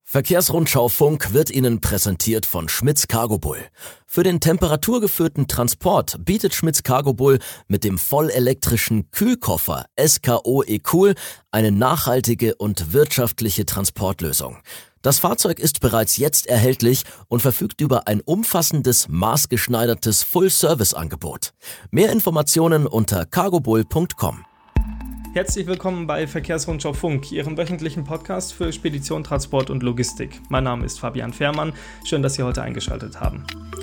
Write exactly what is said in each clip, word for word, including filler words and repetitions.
Verkehrsrundschau Funk wird Ihnen präsentiert von Schmitz Cargo Bull. Für den temperaturgeführten Transport bietet Schmitz Cargo Bull mit dem vollelektrischen Kühlkoffer S K O E-Cool eine nachhaltige und wirtschaftliche Transportlösung. Das Fahrzeug ist bereits jetzt erhältlich und verfügt über ein umfassendes, maßgeschneidertes Full-Service-Angebot. Mehr Informationen unter cargobull punkt com. Herzlich willkommen bei Verkehrsrundschau Funk, Ihrem wöchentlichen Podcast für Spedition, Transport und Logistik. Mein Name ist Fabian Fährmann. Schön, dass Sie heute eingeschaltet haben.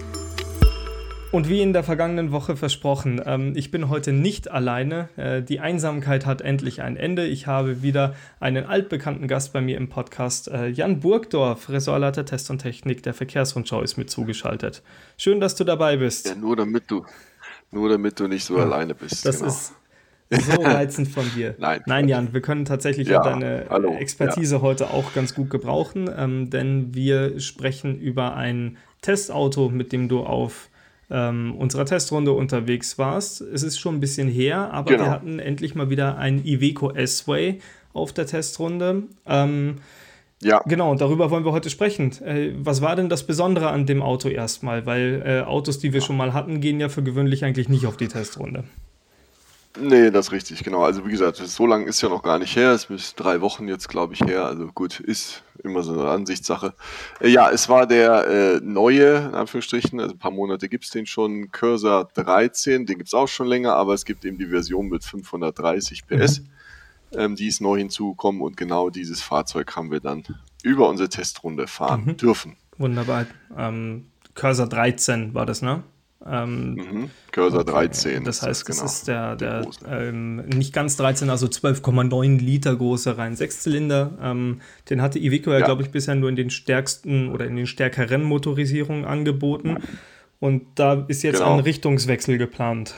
Und wie in der vergangenen Woche versprochen, ähm, ich bin heute nicht alleine. Äh, die Einsamkeit hat endlich ein Ende. Ich habe wieder einen altbekannten Gast bei mir im Podcast. Äh, Jan Burgdorf, Ressortleiter Test und Technik der Verkehrsrundschau, ist mit zugeschaltet. Schön, dass du dabei bist. Ja, nur damit du, nur damit du nicht so ja, alleine bist. Das genau. ist so reizend von dir. Nein. Nein, Jan, wir können tatsächlich ja, deine hallo. Expertise ja. heute auch ganz gut gebrauchen, ähm, denn wir sprechen über ein Testauto, mit dem du auf ähm, unserer Testrunde unterwegs warst. Es ist schon ein bisschen her, aber genau. wir hatten endlich mal wieder ein Iveco S-Way auf der Testrunde. Ähm, ja. Genau, und darüber wollen wir heute sprechen. Äh, was war denn das Besondere an dem Auto erstmal? Weil äh, Autos, die wir schon mal hatten, gehen ja für gewöhnlich eigentlich nicht auf die Testrunde. Nee, das ist richtig, genau. Also wie gesagt, so lange ist ja noch gar nicht her. Es ist drei Wochen jetzt, glaube ich, her. Also gut, ist immer so eine Ansichtssache. Äh, ja, es war der äh, neue, in Anführungsstrichen, also ein paar Monate gibt es den schon, Cursor dreizehn. Den gibt es auch schon länger, aber es gibt eben die Version mit fünfhundertdreißig P S. Mhm. Ähm, die ist neu hinzugekommen und genau dieses Fahrzeug haben wir dann über unsere Testrunde fahren mhm. dürfen. Wunderbar. Ähm, Cursor dreizehn war das, ne? Ähm, mhm. Cursor okay. dreizehn. Das heißt, das, genau. ist der, der ähm, nicht ganz dreizehn, also zwölf Komma neun Liter große rein Sechszylinder. Ähm, den hatte Iveco ja, ja. glaube ich, bisher nur in den stärksten oder in den stärkeren Motorisierungen angeboten. Und da ist jetzt genau. ein Richtungswechsel geplant.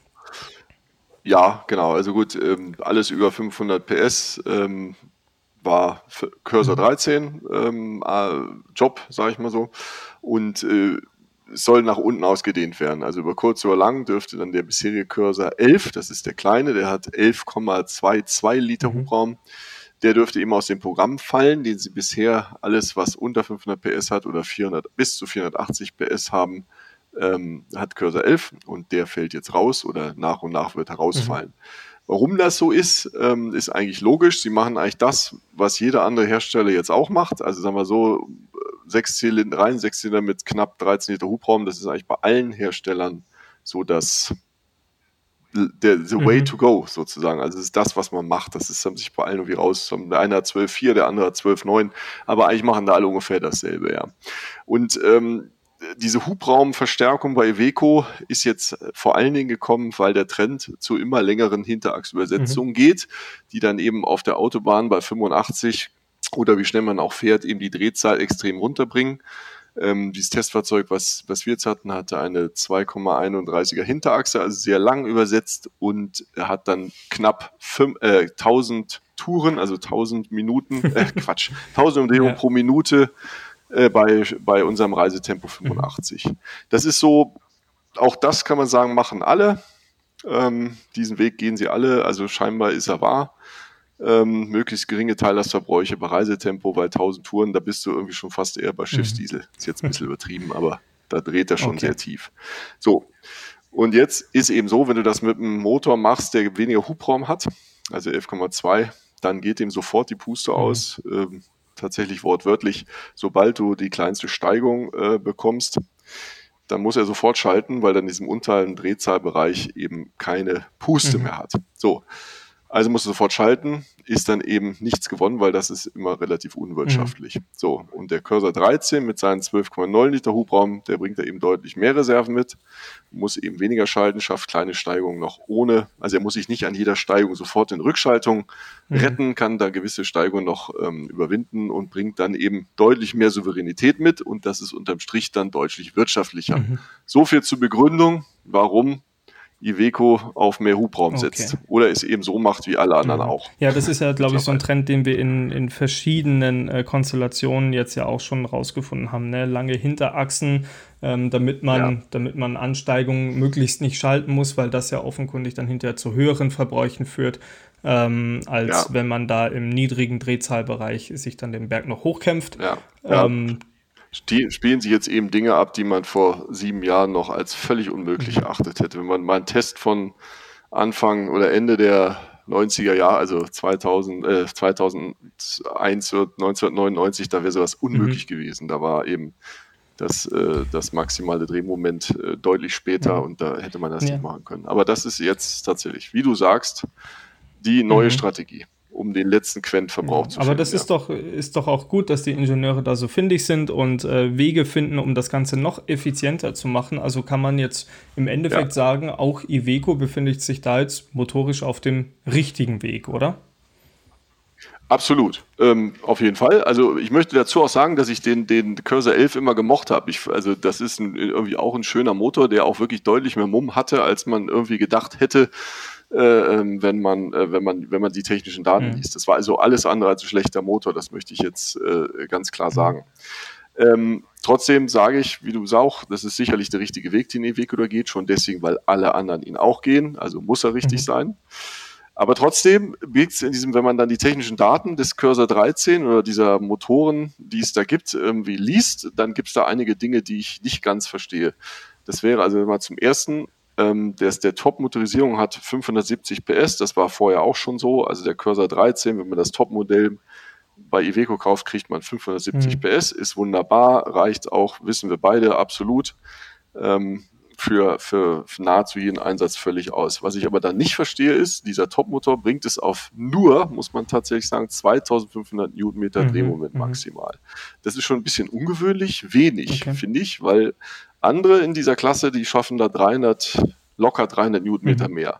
Ja, genau. Also gut, ähm, alles über fünfhundert P S ähm, war für Cursor dreizehn ähm, äh, Job, sage ich mal so. Und äh, soll nach unten ausgedehnt werden. Also über kurz oder lang dürfte dann der bisherige Cursor elf, das ist der kleine, der hat elf Komma zweiundzwanzig Liter mhm. Hubraum. Der dürfte eben aus dem Programm fallen, den sie bisher alles, was unter fünfhundert P S hat oder vierhundert bis zu vierhundertachtzig P S haben, ähm, hat Cursor elf und der fällt jetzt raus oder nach und nach wird herausfallen. Mhm. Warum das so ist, ähm, ist eigentlich logisch. Sie machen eigentlich das, was jeder andere Hersteller jetzt auch macht. Also sagen wir so, sechs Zylinder, rein sechs Zylinder mit knapp dreizehn Liter Hubraum. Das ist eigentlich bei allen Herstellern so das der the way mhm. to go sozusagen. Also das ist das, was man macht. Das ist, haben sich bei allen irgendwie raus. Der eine hat zwölf Komma vier, der andere hat zwölf Komma neun. Aber eigentlich machen da alle ungefähr dasselbe, ja. Und ähm, diese Hubraumverstärkung bei Iveco ist jetzt vor allen Dingen gekommen, weil der Trend zu immer längeren Hinterachsübersetzungen mhm. geht, die dann eben auf der Autobahn bei fünfundachtzig oder wie schnell man auch fährt, eben die Drehzahl extrem runterbringen. Ähm, dieses Testfahrzeug, was, was wir jetzt hatten, hatte eine zwei Komma einunddreißiger Hinterachse, also sehr lang übersetzt und er hat dann knapp fünf, äh, tausend Touren, also tausend Minuten, äh, Quatsch, tausend Umdrehungen ja. pro Minute äh, bei, bei unserem Reisetempo fünfundachtzig. Mhm. Das ist so, auch das kann man sagen, machen alle. Ähm, diesen Weg gehen sie alle, also scheinbar ist er wahr. Ähm, möglichst geringe Teillastverbräuche bei Reisetempo, weil tausend Touren, da bist du irgendwie schon fast eher bei Schiffsdiesel. Ist jetzt ein bisschen übertrieben, aber da dreht er schon okay. sehr tief. So, und jetzt ist eben so, wenn du das mit einem Motor machst, der weniger Hubraum hat, also elf Komma zwei, dann geht ihm sofort die Puste mhm. aus, ähm, tatsächlich wortwörtlich, sobald du die kleinste Steigung äh, bekommst, dann muss er sofort schalten, weil dann in diesem unteren Drehzahlbereich eben keine Puste mhm. mehr hat. So. Also musst du sofort schalten, ist dann eben nichts gewonnen, weil das ist immer relativ unwirtschaftlich. Mhm. So, und der Cursor dreizehn mit seinen zwölf Komma neun Liter Hubraum, der bringt da eben deutlich mehr Reserven mit, muss eben weniger schalten, schafft kleine Steigungen noch ohne, also er muss sich nicht an jeder Steigung sofort in Rückschaltung mhm. retten, kann da gewisse Steigungen noch ähm, überwinden und bringt dann eben deutlich mehr Souveränität mit und das ist unterm Strich dann deutlich wirtschaftlicher. Mhm. So viel zur Begründung, warum Iveco auf mehr Hubraum okay. setzt oder es eben so macht wie alle anderen mhm. auch. Ja, das ist ja, glaube ich, so ein Trend, den wir in, in verschiedenen äh, Konstellationen jetzt ja auch schon rausgefunden haben. Ne? Lange Hinterachsen, ähm, damit man, ja. damit man Ansteigungen möglichst nicht schalten muss, weil das ja offenkundig dann hinterher zu höheren Verbräuchen führt. ähm, als ja. wenn man da im niedrigen Drehzahlbereich sich dann den Berg noch hochkämpft. Ja. Ähm, Die spielen sich jetzt eben Dinge ab, die man vor sieben Jahren noch als völlig unmöglich erachtet hätte. Wenn man mal einen Test von Anfang oder Ende der neunziger Jahre, also zweitausend, äh, zweitausendeins, neunzehnhundertneunundneunzig, da wäre sowas unmöglich mhm. gewesen. Da war eben das, äh, das maximale Drehmoment äh, deutlich später ja. und da hätte man das ja. nicht machen können. Aber das ist jetzt tatsächlich, wie du sagst, die neue mhm. Strategie, um den letzten Quent verbraucht ja, zu aber finden. Aber das ist, ja. doch, ist doch auch gut, dass die Ingenieure da so findig sind und äh, Wege finden, um das Ganze noch effizienter zu machen. Also kann man jetzt im Endeffekt ja. sagen, auch Iveco befindet sich da jetzt motorisch auf dem richtigen Weg, oder? Absolut, ähm, auf jeden Fall. Also ich möchte dazu auch sagen, dass ich den, den Cursor elf immer gemocht habe. Ich, also das ist ein, irgendwie auch ein schöner Motor, der auch wirklich deutlich mehr Mumm hatte, als man irgendwie gedacht hätte, Äh, wenn man, äh, wenn man, wenn man die technischen Daten mhm. liest. Das war also alles andere als ein schlechter Motor, das möchte ich jetzt äh, ganz klar sagen. Ähm, trotzdem sage ich, wie du es auch, das ist sicherlich der richtige Weg, den Iveco da geht, schon deswegen, weil alle anderen ihn auch gehen, also muss er richtig mhm. sein. Aber trotzdem birgt es in diesem, wenn man dann die technischen Daten des Cursor dreizehn oder dieser Motoren, die es da gibt, irgendwie liest, dann gibt es da einige Dinge, die ich nicht ganz verstehe. Das wäre also mal zum ersten, Ähm, der, der Top-Motorisierung hat fünfhundertsiebzig P S, das war vorher auch schon so, also der Cursor dreizehn, wenn man das Top-Modell bei Iveco kauft, kriegt man fünfhundertsiebzig mhm. P S, ist wunderbar, reicht auch, wissen wir beide, absolut ähm, für, für, für nahezu jeden Einsatz völlig aus. Was ich aber dann nicht verstehe ist, dieser Top-Motor bringt es auf nur, muss man tatsächlich sagen, zweitausendfünfhundert Newtonmeter mhm. Drehmoment mhm. maximal. Das ist schon ein bisschen ungewöhnlich, wenig, okay. finde ich, weil andere in dieser Klasse, die schaffen da dreihundert, locker dreihundert Newtonmeter mhm. mehr.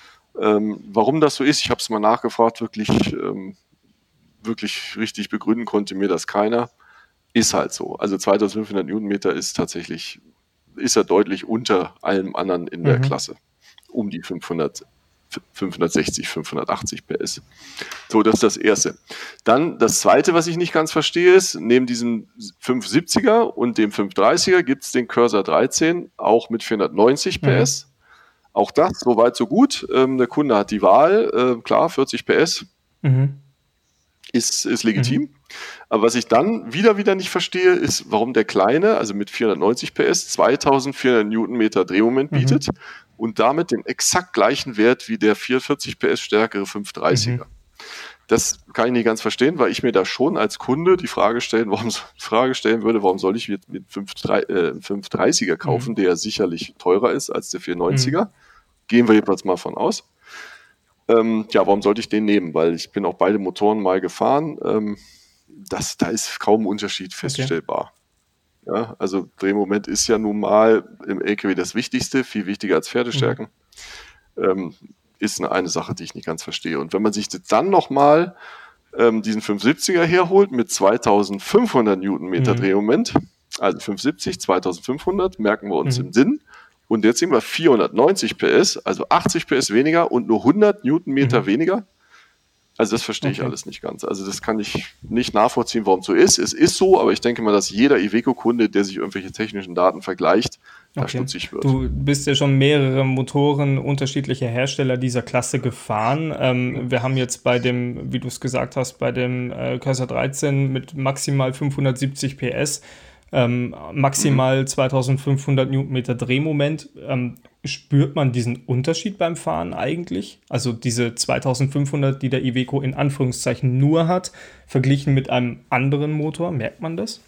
Ähm, warum das so ist, ich habe es mal nachgefragt, wirklich, ähm, wirklich richtig begründen konnte mir das keiner. Ist halt so. Also zweitausendfünfhundert Newtonmeter ist tatsächlich, ist er deutlich unter allem anderen in der mhm. Klasse. Um die fünfhundert, fünfhundertsechzig, fünfhundertachtzig P S. So, das ist das Erste. Dann das Zweite, was ich nicht ganz verstehe, ist, neben diesem fünfhundertsiebziger und dem fünfhundertdreißiger gibt es den Cursor dreizehn, auch mit vierhundertneunzig P S. Mhm. Auch das, soweit so gut. Ähm, der Kunde hat die Wahl, äh, klar, vierzig P S mhm. ist, ist legitim. Mhm. Aber was ich dann wieder wieder nicht verstehe, ist, warum der Kleine, also mit vierhundertneunzig P S, zweitausendvierhundert Newtonmeter Drehmoment bietet mhm. und damit den exakt gleichen Wert wie der vierundvierzig P S stärkere fünfhundertdreißiger. Mhm. Das kann ich nicht ganz verstehen, weil ich mir da schon als Kunde die Frage stellen, warum, Frage stellen würde, warum soll ich mir einen fünfhundertdreißiger kaufen, mhm. der sicherlich teurer ist als der vierhundertneunziger. Mhm. Gehen wir jedenfalls mal von aus. Ähm, ja, warum sollte ich den nehmen? Weil ich bin auch beide Motoren mal gefahren. Ähm, das, da ist kaum ein Unterschied feststellbar. Okay. Ja, also Drehmoment ist ja nun mal im L K W das Wichtigste, viel wichtiger als Pferdestärken. Mhm. Ähm, ist eine, eine Sache, die ich nicht ganz verstehe. Und wenn man sich dann nochmal ähm, diesen fünfhundertsiebziger herholt mit zweitausendfünfhundert Newtonmeter mhm. Drehmoment, also fünfhundertsiebzig, zweitausendfünfhundert, merken wir uns mhm. im Sinn. Und jetzt sehen wir vierhundertneunzig P S, also achtzig P S weniger und nur hundert Newtonmeter mhm. weniger. Also das verstehe okay. ich alles nicht ganz. Also das kann ich nicht nachvollziehen, warum es so ist. Es ist so, aber ich denke mal, dass jeder Iveco-Kunde, der sich irgendwelche technischen Daten vergleicht, da okay. stutzig wird. Du bist ja schon mehrere Motoren unterschiedlicher Hersteller dieser Klasse gefahren. Ähm, wir haben jetzt bei dem, wie du es gesagt hast, bei dem äh, Cursor dreizehn mit maximal fünfhundertsiebzig P S, ähm, maximal mhm. zweitausendfünfhundert Newtonmeter Drehmoment. Ähm, spürt man diesen Unterschied beim Fahren eigentlich? Also diese zweitausendfünfhundert, die der Iveco in Anführungszeichen nur hat, verglichen mit einem anderen Motor, merkt man das?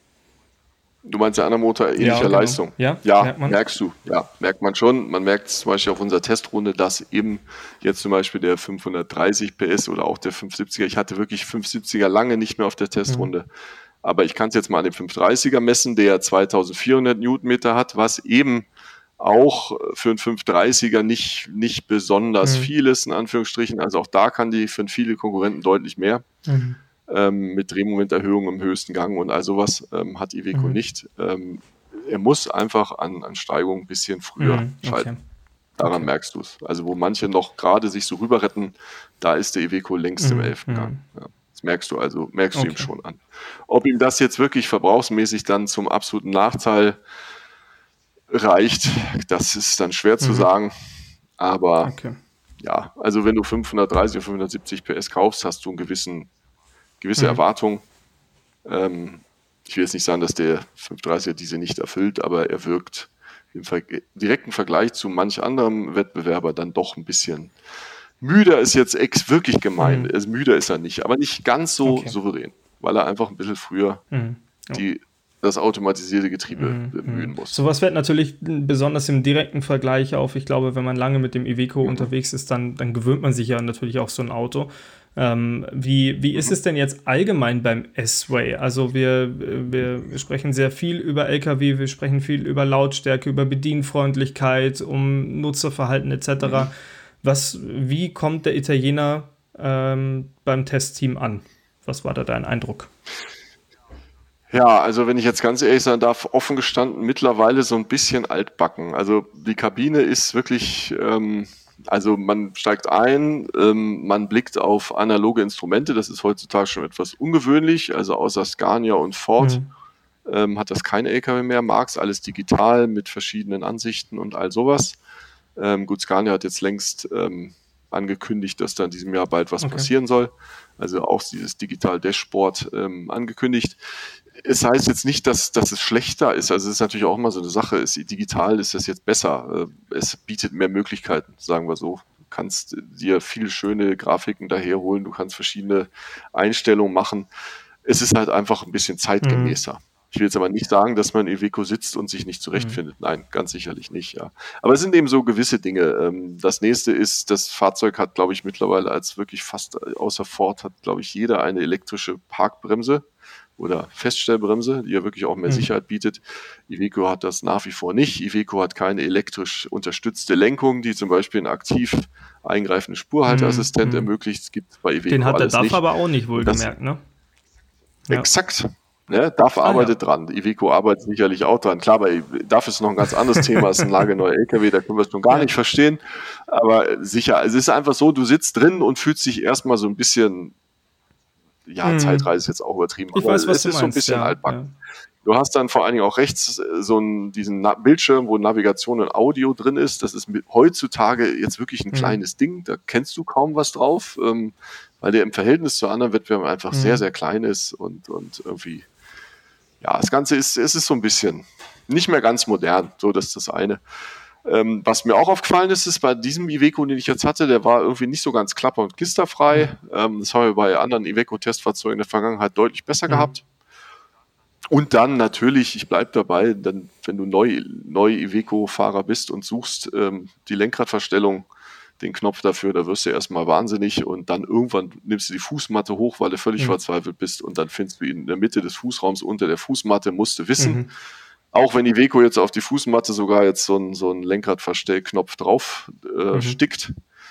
Du meinst der andere Motor ähnlicher ja, genau. Leistung? Ja, ja merkt man? merkst du. Ja, merkt man schon. Man merkt zum Beispiel auf unserer Testrunde, dass eben jetzt zum Beispiel der fünfhundertdreißig P S oder auch der fünfhundertsiebziger, ich hatte wirklich fünfhundertsiebziger lange nicht mehr auf der Testrunde, mhm. aber ich kann es jetzt mal an dem fünfhundertdreißiger messen, der zweitausendvierhundert Newtonmeter hat, was eben auch für einen fünfhundertdreißiger nicht, nicht besonders mhm. viel ist, in Anführungsstrichen. Also auch da kann die für viele Konkurrenten deutlich mehr. Mhm. Ähm, mit Drehmomenterhöhung im höchsten Gang und all sowas ähm, hat Iveco mhm. nicht. Ähm, er muss einfach an, an Steigung ein bisschen früher mhm. okay. schalten. Daran okay. merkst du es. Also wo manche noch gerade sich so rüber retten, da ist der Iveco längst mhm. im elften Gang. Ja. Das merkst du also, merkst okay. du ihm schon an. Ob ihm das jetzt wirklich verbrauchsmäßig dann zum absoluten Nachteil reicht, das ist dann schwer zu mhm. sagen, aber okay. ja, also wenn du fünfhundertdreißig oder fünfhundertsiebzig P S kaufst, hast du einen gewissen, gewisse mhm. Erwartung. Ähm, ich will jetzt nicht sagen, dass der fünfhundertdreißiger diese nicht erfüllt, aber er wirkt im Ver- direkten Vergleich zu manch anderem Wettbewerber dann doch ein bisschen müder, ist jetzt ex wirklich gemein. Mhm. Also müder ist er nicht, aber nicht ganz so okay. souverän, weil er einfach ein bisschen früher mhm. oh. die das automatisierte Getriebe mhm. bemühen muss. Sowas fällt natürlich besonders im direkten Vergleich auf. Ich glaube, wenn man lange mit dem Iveco mhm. unterwegs ist, dann, dann gewöhnt man sich ja natürlich auch so ein Auto. Ähm, wie wie mhm. ist es denn jetzt allgemein beim S-Way? Also wir, wir sprechen sehr viel über L K W, wir sprechen viel über Lautstärke, über Bedienfreundlichkeit, um Nutzerverhalten et cetera. Mhm. Was, wie kommt der Italiener ähm, beim Testteam an? Was war da dein Eindruck? Ja, also wenn ich jetzt ganz ehrlich sein darf, offen gestanden mittlerweile so ein bisschen altbacken. Also die Kabine ist wirklich, ähm, also man steigt ein, ähm, man blickt auf analoge Instrumente, das ist heutzutage schon etwas ungewöhnlich, also außer Scania und Ford mhm. ähm, hat das kein L K W mehr, Marx, alles digital mit verschiedenen Ansichten und all sowas. Ähm, gut, Scania hat jetzt längst ähm, angekündigt, dass da in diesem Jahr bald was okay. passieren soll, also auch dieses Digital Dashboard ähm, angekündigt. Es heißt jetzt nicht, dass, dass es schlechter ist. Also es ist natürlich auch immer so eine Sache. Ist, digital ist das jetzt besser. Es bietet mehr Möglichkeiten, sagen wir so. Du kannst dir viele schöne Grafiken daherholen. Du kannst verschiedene Einstellungen machen. Es ist halt einfach ein bisschen zeitgemäßer. Mhm. Ich will jetzt aber nicht sagen, dass man in Iveco sitzt und sich nicht zurechtfindet. Mhm. Nein, ganz sicherlich nicht. Ja. Aber es sind eben so gewisse Dinge. Das nächste ist, das Fahrzeug hat, glaube ich, mittlerweile als wirklich fast außer Ford hat, glaube ich, jeder eine elektrische Parkbremse oder Feststellbremse, die ja wirklich auch mehr mhm. Sicherheit bietet. Iveco hat das nach wie vor nicht. Iveco hat keine elektrisch unterstützte Lenkung, die zum Beispiel einen aktiv eingreifenden Spurhalteassistent mhm. ermöglicht. Es gibt bei Iveco Den hat der alles D A F nicht. aber auch nicht, wohlgemerkt, ne? Ja. Exakt. Ne, D A F ah, arbeitet ja. dran. Iveco arbeitet sicherlich auch dran. Klar, bei D A F ist noch ein ganz anderes Thema, es ist ein nagelneuer L K W, da können wir es schon gar ja. nicht verstehen. Aber sicher, es ist einfach so, du sitzt drin und fühlst dich erstmal so ein bisschen ja, hm. Zeitreise ist jetzt auch übertrieben, ich aber weiß, was es du ist meinst. so ein bisschen ja, altbacken. Ja. Du hast dann vor allen Dingen auch rechts so einen, diesen Na- Bildschirm, wo Navigation und Audio drin ist. Das ist mit, heutzutage jetzt wirklich ein hm. kleines Ding. Da kennst du kaum was drauf, ähm, weil der im Verhältnis zu anderen Wettbewerben einfach hm. sehr, sehr klein ist und, und irgendwie, ja, das Ganze ist, es ist so ein bisschen nicht mehr ganz modern. So, das ist das eine. Ähm, was mir auch aufgefallen ist, ist bei diesem Iveco, den ich jetzt hatte, der war irgendwie nicht so ganz klapper- und klisterfrei. Mhm. Ähm, das haben wir bei anderen Iveco-Testfahrzeugen in der Vergangenheit deutlich besser mhm. gehabt. Und dann natürlich, ich bleibe dabei, dann, wenn du neu, neu Iveco-Fahrer bist und suchst ähm, die Lenkradverstellung, den Knopf dafür, da wirst du erstmal wahnsinnig und dann irgendwann nimmst du die Fußmatte hoch, weil du völlig mhm. verzweifelt bist und dann findest du ihn in der Mitte des Fußraums unter der Fußmatte, musst du wissen. Mhm. Auch wenn Iveco jetzt auf die Fußmatte sogar jetzt so einen so einen Lenkradverstellknopf drauf äh, mhm. stickt.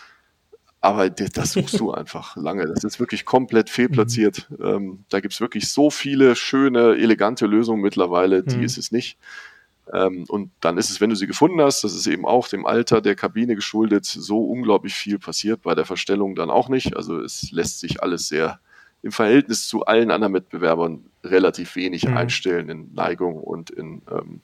Aber das suchst du einfach lange. Das ist wirklich komplett fehlplatziert. Mhm. Ähm, da gibt es wirklich so viele schöne, elegante Lösungen mittlerweile, die mhm. ist es nicht. Ähm, und dann ist es, wenn du sie gefunden hast, das ist eben auch dem Alter der Kabine geschuldet, so unglaublich viel passiert bei der Verstellung dann auch nicht. Also es lässt sich alles sehr im Verhältnis zu allen anderen Wettbewerbern relativ wenig mhm. einstellen in Neigung und in, ähm,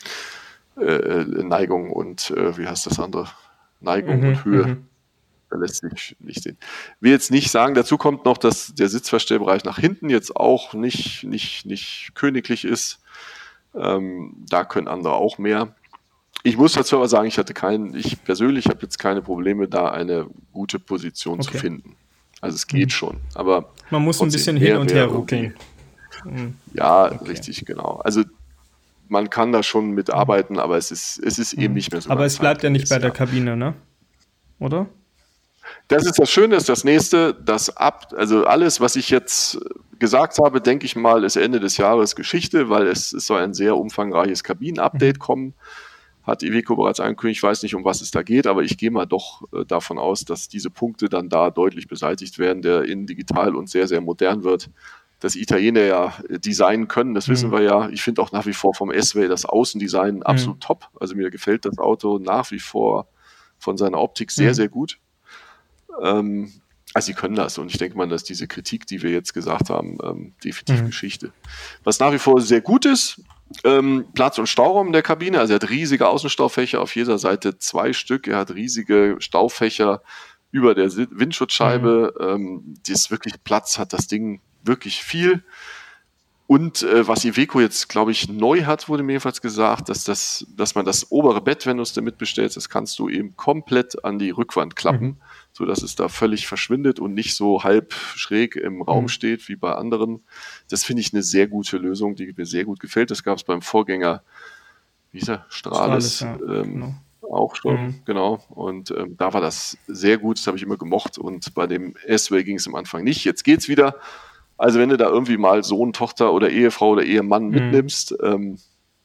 äh, in Neigung und äh, wie heißt das andere? Neigung mhm. und Höhe. Mhm. Da lässt sich nicht sehen. Ich will jetzt nicht sagen, dazu kommt noch, dass der Sitzverstellbereich nach hinten jetzt auch nicht, nicht, nicht königlich ist. Ähm, da können andere auch mehr. Ich muss dazu aber sagen, ich hatte keinen, ich persönlich habe jetzt keine Probleme, da eine gute Position okay. zu finden. Also es geht mhm. schon, aber man muss ein bisschen hin und her ruckeln. Mhm. Ja, okay. richtig, genau. Also man kann da schon mitarbeiten, aber es ist, es ist mhm. eben nicht mehr so. Aber es bleibt ja nicht bei der Kabine, ne? Oder? Das ist das Schöne, ist das nächste, das ab, also alles, was ich jetzt gesagt habe, denke ich mal, ist Ende des Jahres Geschichte, weil es, es soll ein sehr umfangreiches Kabinen-Update kommen. Hat Iveco bereits angekündigt, ich weiß nicht, um was es da geht, aber ich gehe mal doch äh, davon aus, dass diese Punkte dann da deutlich beseitigt werden, der innen digital und sehr, sehr modern wird. Dass Italiener ja äh, designen können, das mhm. wissen wir ja. Ich finde auch nach wie vor vom S-Way das Außendesign mhm. absolut top. Also mir gefällt das Auto nach wie vor von seiner Optik sehr, mhm. sehr gut. Ähm, also sie können das und ich denke mal, dass diese Kritik, die wir jetzt gesagt haben, ähm, definitiv mhm. Geschichte. Was nach wie vor sehr gut ist, ähm, Platz- und Stauraum in der Kabine, also er hat riesige Außenstaufächer, auf jeder Seite zwei Stück, er hat riesige Staufächer über der Windschutzscheibe. Mhm. Ähm, die ist wirklich Platz, hat das Ding wirklich viel. Und äh, was Iveco jetzt, glaube ich, neu hat, wurde mir jedenfalls gesagt, dass, das, dass man das obere Bett, wenn du es damit bestellst, das kannst du eben komplett an die Rückwand klappen, mhm. sodass es da völlig verschwindet und nicht so halb schräg im Raum mhm. steht wie bei anderen. Das finde ich eine sehr gute Lösung, die mir sehr gut gefällt. Das gab es beim Vorgänger, wie hieß er? Stralis, Stralis ja. ähm, genau. auch schon, mhm. genau. Und ähm, da war das sehr gut, das habe ich immer gemocht. Und bei dem S-Way ging es am Anfang nicht. Jetzt geht's wieder. Also wenn du da irgendwie mal Sohn, Tochter oder Ehefrau oder Ehemann mhm. mitnimmst, ähm,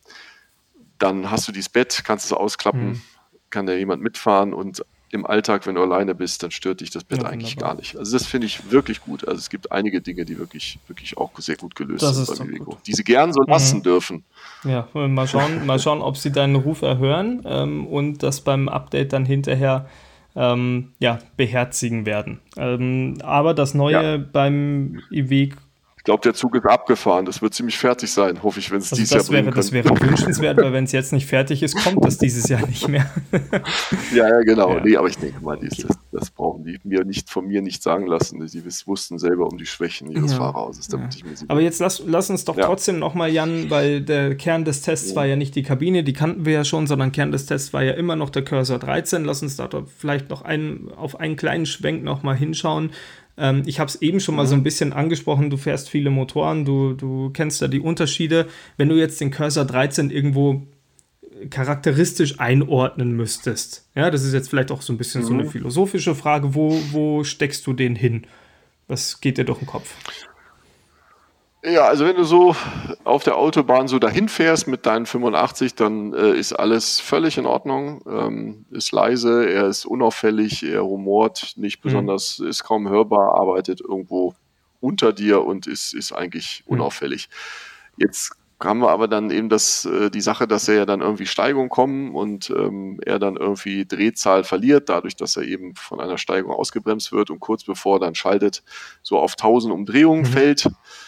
dann hast du dieses Bett, kannst es ausklappen, mhm. kann da jemand mitfahren und im Alltag, wenn du alleine bist, dann stört dich das Bett ja, eigentlich wunderbar. gar nicht. Also das finde ich wirklich gut. Also es gibt einige Dinge, die wirklich, wirklich auch sehr gut gelöst das sind bei Iveco, die sie gern so lassen mhm. dürfen. Ja, mal schauen, mal schauen, ob sie deinen Ruf erhören ähm, und das beim Update dann hinterher ähm, ja, beherzigen werden. Ähm, aber das Neue ja. beim Iveco, ich glaube, der Zug ist abgefahren. Das wird ziemlich fertig sein, hoffe ich, wenn es also dieses das Jahr wäre, Das wäre wünschenswert, weil wenn es jetzt nicht fertig ist, kommt das dieses Jahr nicht mehr. ja, ja, genau. Ja. Nee, aber ich denke mal, das, das brauchen die mir nicht von mir nicht sagen lassen. Sie wussten selber um die Schwächen ihres ja. Fahrerhauses. Damit ja. ich mir sie aber jetzt lass, lass uns doch ja. trotzdem nochmal, Jan, weil der Kern des Tests ja. war ja nicht die Kabine, die kannten wir ja schon, sondern Kern des Tests war ja immer noch der Cursor dreizehn. Lass uns da doch vielleicht noch einen, auf einen kleinen Schwenk nochmal hinschauen. Ich habe es eben schon mal so ein bisschen angesprochen, du fährst viele Motoren, du, du kennst ja die Unterschiede. Wenn du jetzt den Cursor dreizehn irgendwo charakteristisch einordnen müsstest, ja, das ist jetzt vielleicht auch so ein bisschen mhm. so eine philosophische Frage, wo, wo steckst du den hin? Was geht dir durch den Kopf? Ja, also wenn du so auf der Autobahn so dahin fährst mit deinen fünfundachtzig, dann äh, ist alles völlig in Ordnung, ähm, ist leise, er ist unauffällig, er rumort nicht besonders, mhm. ist kaum hörbar, arbeitet irgendwo unter dir und ist, ist eigentlich unauffällig. Mhm. Jetzt haben wir aber dann eben das, äh, die Sache, dass er ja dann irgendwie Steigung kommen und ähm, er dann irgendwie Drehzahl verliert, dadurch, dass er eben von einer Steigung ausgebremst wird und kurz bevor er dann schaltet, so auf tausend Umdrehungen mhm. fällt.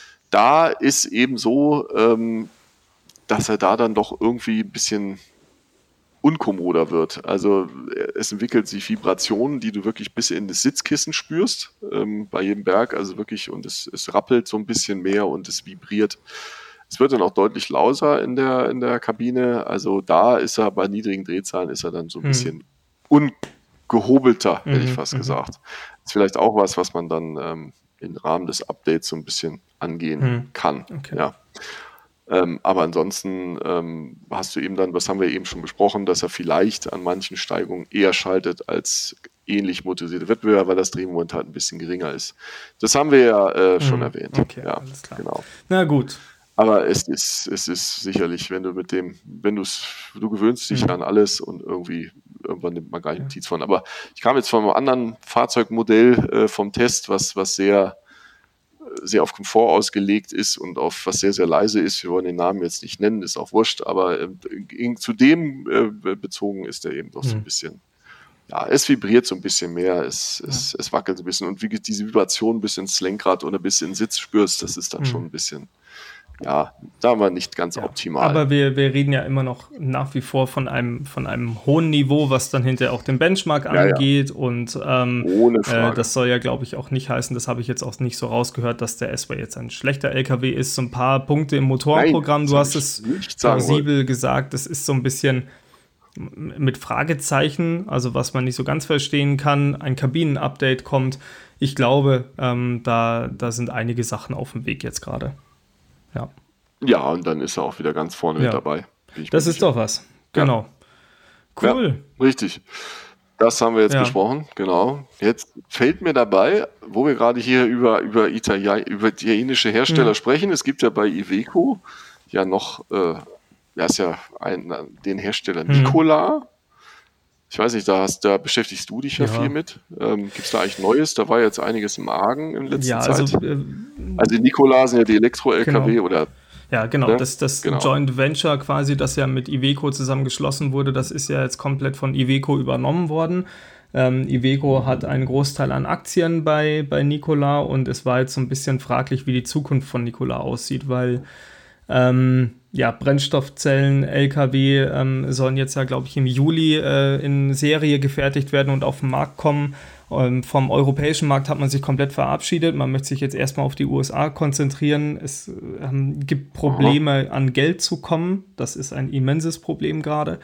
Da ist eben so, ähm, dass er da dann doch irgendwie ein bisschen unkommoder wird. Also es entwickelt sich Vibrationen, die du wirklich bis in das Sitzkissen spürst, ähm, bei jedem Berg, also wirklich, und es, es rappelt so ein bisschen mehr und es vibriert. Es wird dann auch deutlich lauter in der, in der Kabine, also da ist er bei niedrigen Drehzahlen ist er dann so ein hm. bisschen ungehobelter, hätte mhm, ich fast mhm. gesagt. Das ist vielleicht auch was, was man dann ähm, im Rahmen des Updates so ein bisschen angehen hm. kann. Okay. Ja. Ähm, aber ansonsten ähm, hast du eben dann, was haben wir eben schon besprochen, dass er vielleicht an manchen Steigungen eher schaltet als ähnlich motorisierte Wettbewerber, weil das Drehmoment halt ein bisschen geringer ist. Das haben wir ja äh, schon hm. erwähnt. Okay, ja, alles klar. Genau. Na gut. Aber es ist, es ist sicherlich, wenn du mit dem, wenn du es, du gewöhnst dich mhm. an alles und irgendwie, irgendwann nimmt man gar nicht Notiz von. Aber ich kam jetzt von einem anderen Fahrzeugmodell äh, vom Test, was, was sehr, sehr auf Komfort ausgelegt ist und auf was sehr, sehr leise ist. Wir wollen den Namen jetzt nicht nennen, ist auch wurscht, aber äh, zu dem äh, bezogen ist er eben doch mhm. so ein bisschen. Ja, es vibriert so ein bisschen mehr, es, ja. es, es wackelt so ein bisschen und wie diese Vibration bis ins Lenkrad oder bis in den Sitz spürst, das ist dann mhm. schon ein bisschen. Ja, da war nicht ganz ja, optimal. Aber wir, wir reden ja immer noch nach wie vor von einem, von einem hohen Niveau, was dann hinterher auch den Benchmark ja, angeht. Ja. Und ähm, Ohne Frage. Äh, das soll ja, glaube ich, auch nicht heißen, das habe ich jetzt auch nicht so rausgehört, dass der S-Way jetzt ein schlechter L K W ist. So ein paar Punkte im Motorenprogramm, Nein, du hast es plausibel gesagt, das ist so ein bisschen mit Fragezeichen, also was man nicht so ganz verstehen kann. Ein Kabinen-Update kommt. Ich glaube, ähm, da, da sind einige Sachen auf dem Weg jetzt gerade. Ja. ja, und dann ist er auch wieder ganz vorne ja. mit dabei. Das ist doch was. Genau. Ja. Cool. Ja, richtig. Das haben wir jetzt ja. besprochen. Genau. Jetzt fällt mir dabei, wo wir gerade hier über, über, Italien, über italienische Hersteller mhm. sprechen. Es gibt ja bei Iveco ja noch, äh, ja, ist ja ein, den Hersteller mhm. Nikola. Ich weiß nicht, da, hast, da beschäftigst du dich ja, ja. viel mit. Ähm, Gibt es da eigentlich Neues? Da war jetzt einiges im Argen in letzter ja, Zeit. Also, äh, also die Nikola sind ja die Elektro-L K W genau. oder... Ja, genau. Ne? Das, das genau. Joint Venture quasi, das ja mit Iveco zusammen geschlossen wurde, das ist ja jetzt komplett von Iveco übernommen worden. Ähm, Iveco hat einen Großteil an Aktien bei, bei Nikola und es war jetzt so ein bisschen fraglich, wie die Zukunft von Nikola aussieht, weil... Ähm, ja, Brennstoffzellen-L K W ähm, sollen jetzt ja, glaube ich, im Juli äh, in Serie gefertigt werden und auf den Markt kommen. Ähm, vom europäischen Markt hat man sich komplett verabschiedet. Man möchte sich jetzt erstmal auf die U S A konzentrieren. Es ähm, gibt Probleme, Aha. an Geld zu kommen. Das ist ein immenses Problem gerade.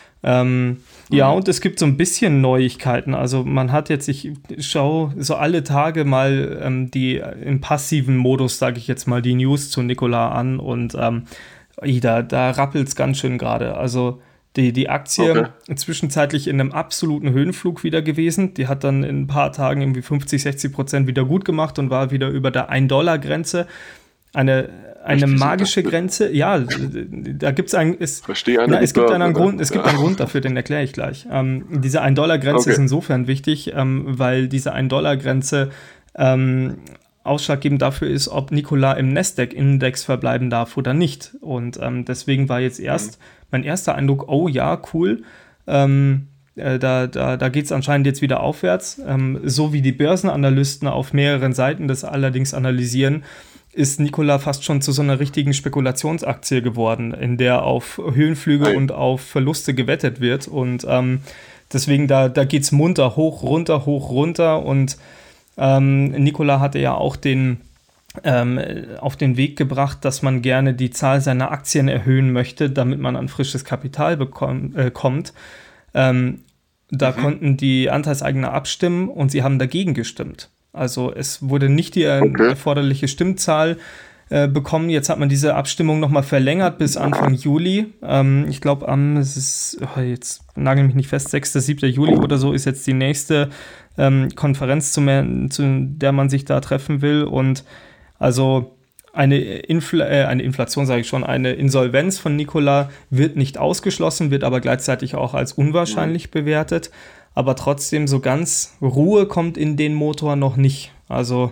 Ähm, ja, und es gibt so ein bisschen Neuigkeiten. Also man hat jetzt, ich schaue so alle Tage mal ähm, die im passiven Modus, sage ich jetzt mal, die News zu Nikola an und ähm, da, da rappelt es ganz schön gerade. Also die, die Aktie okay. zwischenzeitlich in einem absoluten Höhenflug wieder gewesen. Die hat dann in ein paar Tagen irgendwie fünfzig, sechzig Prozent wieder gut gemacht und war wieder über der ein Dollar Grenze. Eine, eine magische Grenze, ja, da gibt es ein, es, na, es gibt einen Grund, es gibt ja. einen Grund dafür, den erkläre ich gleich. Ähm, diese ein Dollar Grenze okay. ist insofern wichtig, ähm, weil diese ein Dollar Grenze ähm, ausschlaggebend dafür ist, ob Nikola im Nasdaq-Index verbleiben darf oder nicht. Und ähm, deswegen war jetzt erst mhm. mein erster Eindruck, oh ja, cool, ähm, äh, da, da, da geht es anscheinend jetzt wieder aufwärts. Ähm, so wie die Börsenanalysten auf mehreren Seiten das allerdings analysieren, ist Nikola fast schon zu so einer richtigen Spekulationsaktie geworden, in der auf Höhenflüge Nein. und auf Verluste gewettet wird. Und ähm, deswegen, da, da geht es munter, hoch, runter, hoch, runter. Und ähm, Nikola hatte ja auch den, ähm, auf den Weg gebracht, dass man gerne die Zahl seiner Aktien erhöhen möchte, damit man an frisches Kapital bekommt, äh, kommt. Ähm, da mhm. konnten die Anteilseigner abstimmen und sie haben dagegen gestimmt. Also es wurde nicht die okay. erforderliche Stimmzahl äh, bekommen. Jetzt hat man diese Abstimmung nochmal verlängert bis Anfang Juli. Ähm, ich glaube, am, es ist, oh, jetzt nagel mich nicht fest, sechster, siebter Juli oder so ist jetzt die nächste ähm, Konferenz, zu, mehr, zu der man sich da treffen will. Und also eine, Infl- äh, eine Inflation, sage ich schon, eine Insolvenz von Nikola wird nicht ausgeschlossen, wird aber gleichzeitig auch als unwahrscheinlich mhm. bewertet. Aber trotzdem so ganz Ruhe kommt in den Motor noch nicht. Also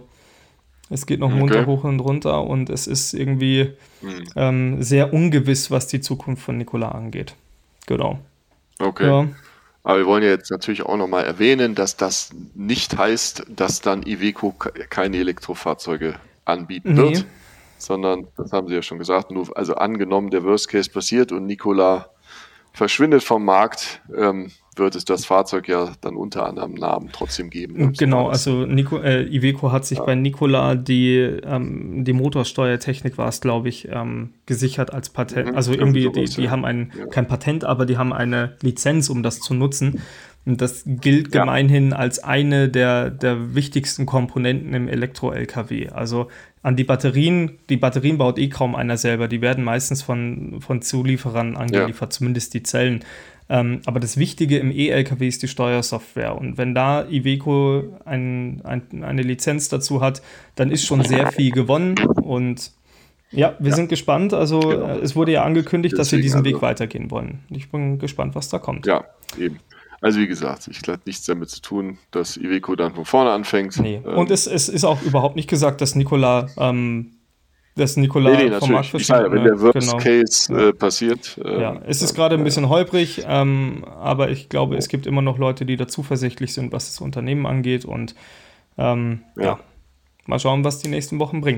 es geht noch okay. munter hoch und runter und es ist irgendwie hm. ähm, sehr ungewiss, was die Zukunft von Nikola angeht. Genau. Okay. Ja. Aber wir wollen ja jetzt natürlich auch nochmal erwähnen, dass das nicht heißt, dass dann Iveco keine Elektrofahrzeuge anbieten nee. wird, sondern, das haben Sie ja schon gesagt, nur, also angenommen, der Worst Case passiert und Nikola verschwindet vom Markt, ähm, wird es das Fahrzeug ja dann unter anderem Namen trotzdem geben. Genau, also Nico, äh, Iveco hat sich ja. bei Nikola die, ähm, die Motorsteuertechnik war es, glaube ich, ähm, gesichert als Patent. Mhm, also irgendwie, die, die ja. haben ein, ja. kein Patent, aber die haben eine Lizenz, um das zu nutzen. Und das gilt ja. gemeinhin als eine der, der wichtigsten Komponenten im Elektro-L K W. Also an die Batterien, die Batterien baut eh kaum einer selber. Die werden meistens von, von Zulieferern angeliefert, ja. zumindest die Zellen. Ähm, aber das Wichtige im E-L K W ist die Steuersoftware. Und wenn da Iveco ein, ein, eine Lizenz dazu hat, dann ist schon sehr viel gewonnen. Und ja, wir ja. sind gespannt. Also genau. es wurde ja angekündigt, Deswegen dass wir diesen also, Weg weitergehen wollen. Ich bin gespannt, was da kommt. Ja, eben. Also wie gesagt, ich glaube, nichts damit zu tun, dass Iveco dann von vorne anfängt. Nee. Ähm, Und es, es ist auch überhaupt nicht gesagt, dass Nikola, ähm, dass Nikola nee, nee, vom Markt verschwindet. Ja, wenn der Worst genau. Case äh, passiert. Ähm, ja, es ist gerade ein bisschen holprig, ähm, aber ich glaube, es gibt immer noch Leute, die da zuversichtlich sind, was das Unternehmen angeht. Und ähm, ja. ja, mal schauen, was die nächsten Wochen bringen.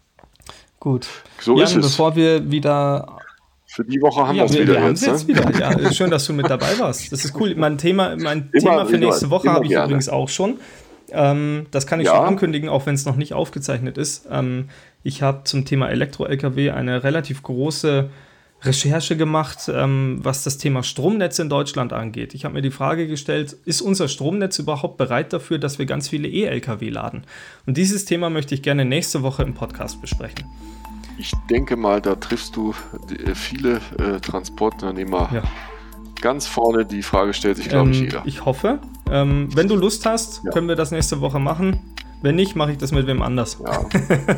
Gut. So Jan, ist es. Bevor wir wieder... Für die Woche haben ja, wir es wir, wieder. Wir jetzt, jetzt ne? wieder. Ja, schön, dass du mit dabei warst. Das ist cool. Mein Thema, mein immer, Thema für nächste Woche habe ich gerne. übrigens auch schon. Ähm, das kann ich ja. schon ankündigen, auch wenn es noch nicht aufgezeichnet ist. Ähm, ich habe zum Thema Elektro-L K W eine relativ große Recherche gemacht, ähm, was das Thema Stromnetz in Deutschland angeht. Ich habe mir die Frage gestellt, ist unser Stromnetz überhaupt bereit dafür, dass wir ganz viele E-L K W laden? Und dieses Thema möchte ich gerne nächste Woche im Podcast besprechen. Ich denke mal, da triffst du die, viele äh, Transportunternehmer ja. ganz vorne. Die Frage stellt sich, glaube ich, ähm, jeder. Ich hoffe. Ähm, wenn du Lust hast, ja. können wir das nächste Woche machen. Wenn nicht, mache ich das mit wem anders. Ja.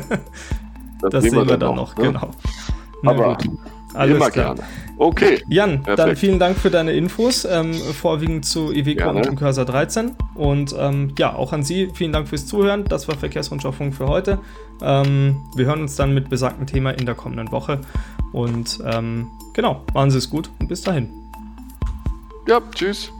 Das, das sehen wir dann, dann noch, ne? Genau. Na Aber gut. Alles immer klar. Gerne. Okay. Jan, perfekt. Dann vielen Dank für deine Infos, ähm, vorwiegend zu Iveco gerne. und dem Cursor dreizehn. Und ähm, ja, auch an Sie vielen Dank fürs Zuhören. Das war Verkehrsrundschau-Funk für heute. Ähm, wir hören uns dann mit besagtem Thema in der kommenden Woche. Und ähm, genau, machen Sie es gut und bis dahin. Ja, tschüss.